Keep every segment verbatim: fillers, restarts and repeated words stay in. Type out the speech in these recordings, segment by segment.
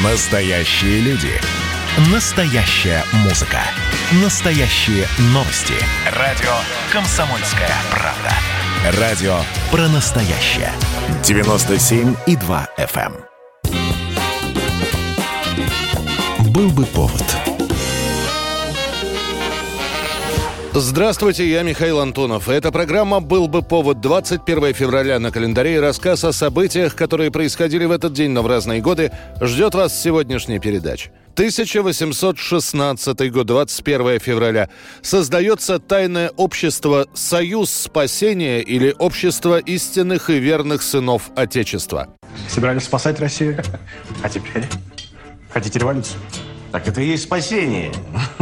Настоящие люди. Настоящая музыка. Настоящие новости. Радио «Комсомольская правда». Радио про настоящее. девяносто семь и два эф эм. Был бы повод. Здравствуйте, я Михаил Антонов. Эта программа «Был бы повод». двадцать первое февраля на календаре. И рассказ о событиях, которые происходили в этот день, но в разные годы, ждет вас в сегодняшней передаче. тысяча восемьсот шестнадцатый год, двадцать первое февраля. Создается тайное общество «Союз спасения» или «Общество истинных и верных сынов Отечества». Собирались спасать Россию. А теперь хотите революцию? Так это и есть спасение.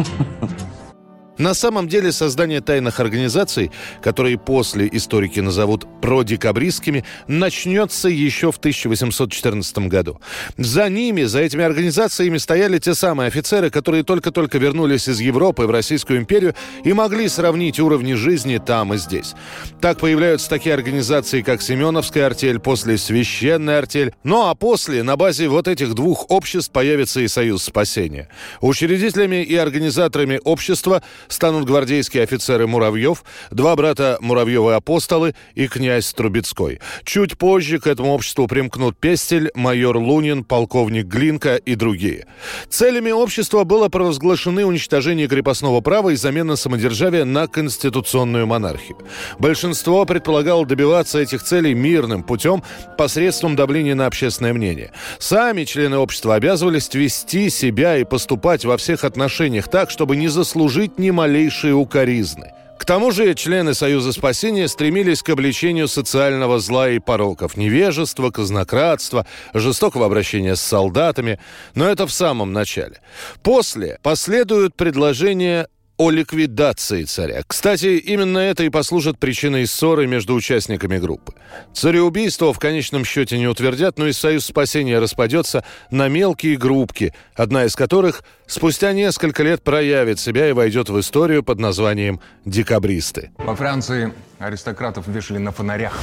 На самом деле создание тайных организаций, которые после историки назовут продекабристскими, начнется еще в тысяча восемьсот четырнадцатом году. За ними, за этими организациями стояли те самые офицеры, которые только-только вернулись из Европы в Российскую империю и могли сравнить уровни жизни там и здесь. Так появляются такие организации, как Семеновская артель, после Священная артель. Ну а после на базе вот этих двух обществ появится и Союз спасения. Учредителями и организаторами общества станут гвардейские офицеры Муравьев, два брата Муравьевы-апостолы и князь Трубецкой. Чуть позже к этому обществу примкнут Пестель, майор Лунин, полковник Глинка и другие. Целями общества было провозглашены уничтожение крепостного права и замена самодержавия на конституционную монархию. Большинство предполагало добиваться этих целей мирным путем посредством давления на общественное мнение. Сами члены общества обязывались вести себя и поступать во всех отношениях так, чтобы не заслужить ни малейшие укоризны. К тому же члены Союза спасения стремились к обличению социального зла и пороков, невежества, казнократства, жестокого обращения с солдатами. Но это в самом начале. После последуют предложения о ликвидации царя. Кстати, именно это и послужит причиной ссоры между участниками группы. Цареубийство в конечном счете не утвердят, но и Союз спасения распадется на мелкие группки, одна из которых спустя несколько лет проявит себя и войдет в историю под названием «Декабристы». Во Франции аристократов вешали на фонарях.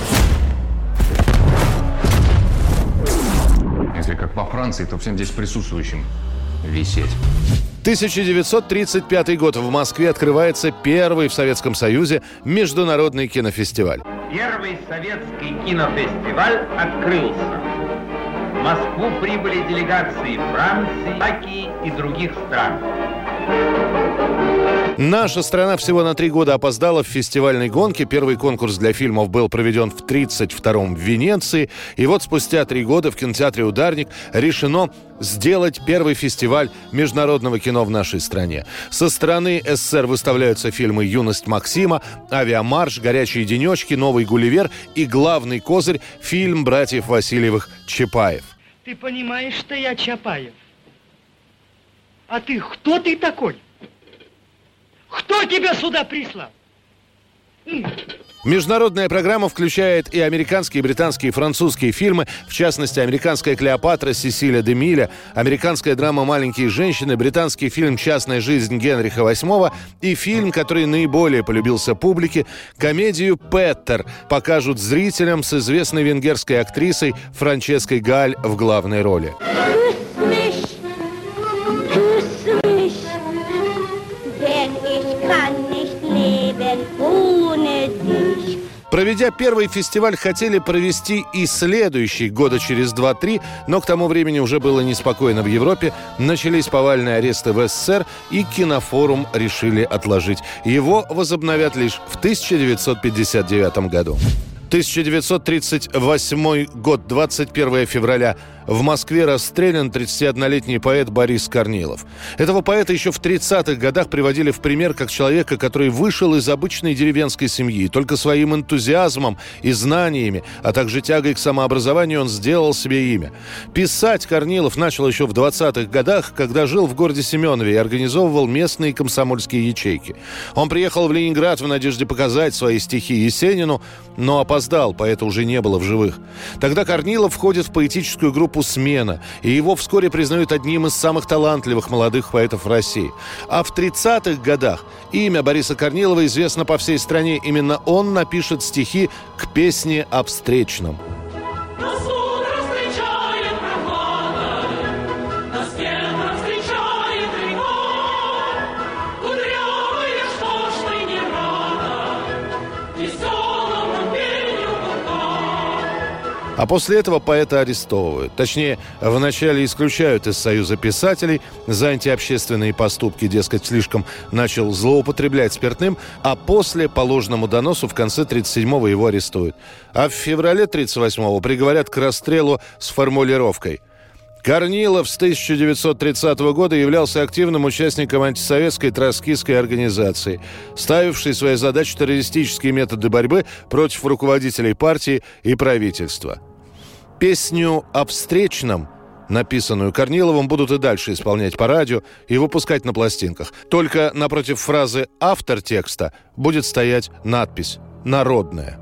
Если как во Франции, то всем здесь присутствующим висеть. тысяча девятьсот тридцать пятый год. В Москве открывается первый в Советском Союзе международный кинофестиваль. Первый советский кинофестиваль открылся. В Москву прибыли делегации Франции, Словакии и других стран. Наша страна всего на три года опоздала в фестивальной гонке. Первый конкурс для фильмов был проведен в тридцать втором в Венеции. И вот спустя три года в кинотеатре «Ударник» решено сделать первый фестиваль международного кино в нашей стране. Со стороны эс эс эс эр выставляются фильмы «Юность Максима», «Авиамарш», «Горячие денечки», «Новый Гулливер» и главный козырь – фильм братьев Васильевых «Чапаев». Ты понимаешь, что я Чапаев? А ты кто ты такой? Кто тебя сюда прислал? Международная программа включает и американские, британские, и французские фильмы, в частности, американская «Клеопатра» Сесиля де Милля, американская драма «Маленькие женщины», британский фильм «Частная жизнь Генриха восьмого» и фильм, который наиболее полюбился публике, комедию «Петтер» покажут зрителям с известной венгерской актрисой Франческой Галь в главной роли. Проведя первый фестиваль, хотели провести и следующий года через два-три, но к тому времени уже было неспокойно в Европе, начались повальные аресты в эс эс эс эр, и кинофорум решили отложить. Его возобновят лишь в тысяча девятьсот пятьдесят девятом году. тысяча девятьсот тридцать восьмой год, двадцать первое февраля. В Москве расстрелян тридцатиоднолетний поэт Борис Корнилов. Этого поэта еще в тридцатых годах приводили в пример как человека, который вышел из обычной деревенской семьи. И только своим энтузиазмом и знаниями, а также тягой к самообразованию он сделал себе имя. Писать Корнилов начал еще в двадцатых годах, когда жил в городе Семенове и организовывал местные комсомольские ячейки. Он приехал в Ленинград в надежде показать свои стихи Есенину, но опоздал, поэта уже не было в живых. Тогда Корнилов входит в поэтическую группу «Смена», и его вскоре признают одним из самых талантливых молодых поэтов России. А в тридцатых годах имя Бориса Корнилова известно по всей стране. Именно он напишет стихи к песне о встречном. А после этого поэта арестовывают. Точнее, вначале исключают из Союза писателей за антиобщественные поступки, дескать, слишком начал злоупотреблять спиртным, а после по ложному доносу в конце тридцать седьмого его арестуют. А в феврале тридцать восьмого приговорят к расстрелу с формулировкой: Корнилов с тысяча девятьсот тридцатого года являлся активным участником антисоветской троцкистской организации, ставившей своей задачей террористические методы борьбы против руководителей партии и правительства. Песню о встречном, написанную Корниловым, будут и дальше исполнять по радио и выпускать на пластинках. Только напротив фразы «автор текста» будет стоять надпись «Народная».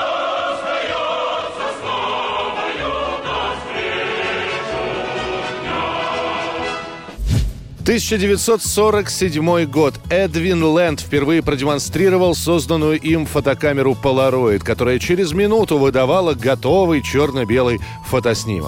тысяча девятьсот сорок седьмой год. Эдвин Лэнд впервые продемонстрировал созданную им фотокамеру Polaroid, которая через минуту выдавала готовый черно-белый фотоснимок.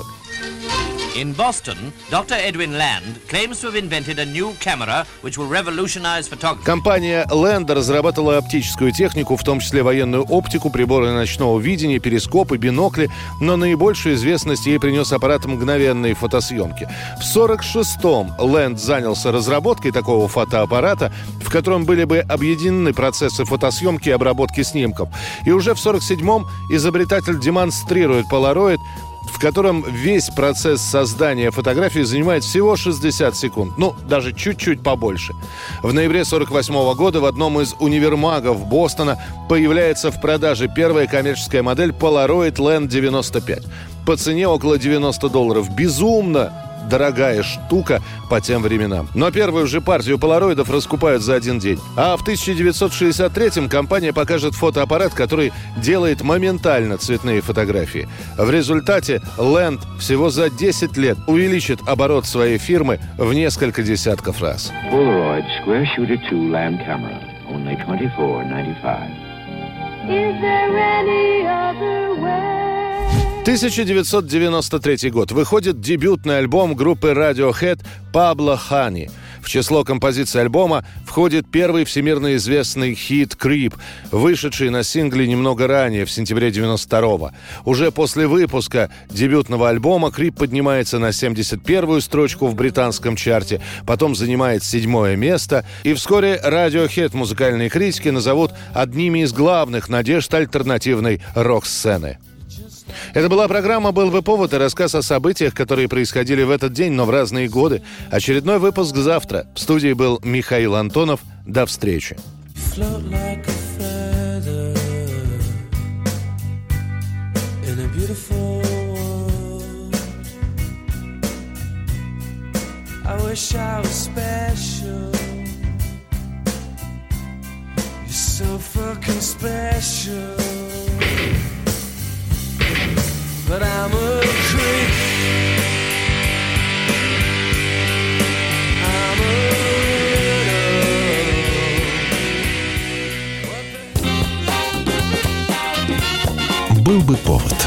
In Boston, доктор Edwin Land claims to have invented a new camera which will revolutionize photography. Компания Land разрабатывала оптическую технику, в том числе военную оптику, приборы ночного видения, перископы, бинокли, но наибольшую известность ей принес аппарат мгновенной фотосъемки. В сорок шестом Land занялся разработкой такого фотоаппарата, в котором были бы объединены процессы фотосъемки и обработки снимков. И уже в сорок седьмом изобретатель демонстрирует Polaroid, в котором весь процесс создания фотографии занимает всего шестьдесят секунд. Ну, даже чуть-чуть побольше. В ноябре сорок восьмого года в одном из универмагов Бостона появляется в продаже первая коммерческая модель Polaroid Land девяносто пять. По цене около девяносто долларов. Безумно дорогая штука по тем временам. Но первую же партию полароидов раскупают за один день. А в тысяча девятьсот шестьдесят третьем компания покажет фотоаппарат, который делает моментально цветные фотографии. В результате Land всего за десять лет увеличит оборот своей фирмы в несколько десятков раз. Polaroid Square Shooter two Lamb Camera. Only twenty-four ninety-five. Is there any other way? тысяча девятьсот девяносто третий год. Выходит дебютный альбом группы Radiohead «Pablo Honey». В число композиций альбома входит первый всемирно известный хит «Creep», вышедший на сингле немного ранее, в сентябре девяносто второго. Уже после выпуска дебютного альбома «Creep» поднимается на семьдесят первую строчку в британском чарте, потом занимает седьмое место, и вскоре Radiohead музыкальные критики назовут одними из главных надежд альтернативной рок-сцены. Это была программа «Был бы повод» и рассказ о событиях, которые происходили в этот день, но в разные годы. Очередной выпуск завтра. В студии был Михаил Антонов. До встречи. But I'm a creep. I'm a Был бы повод.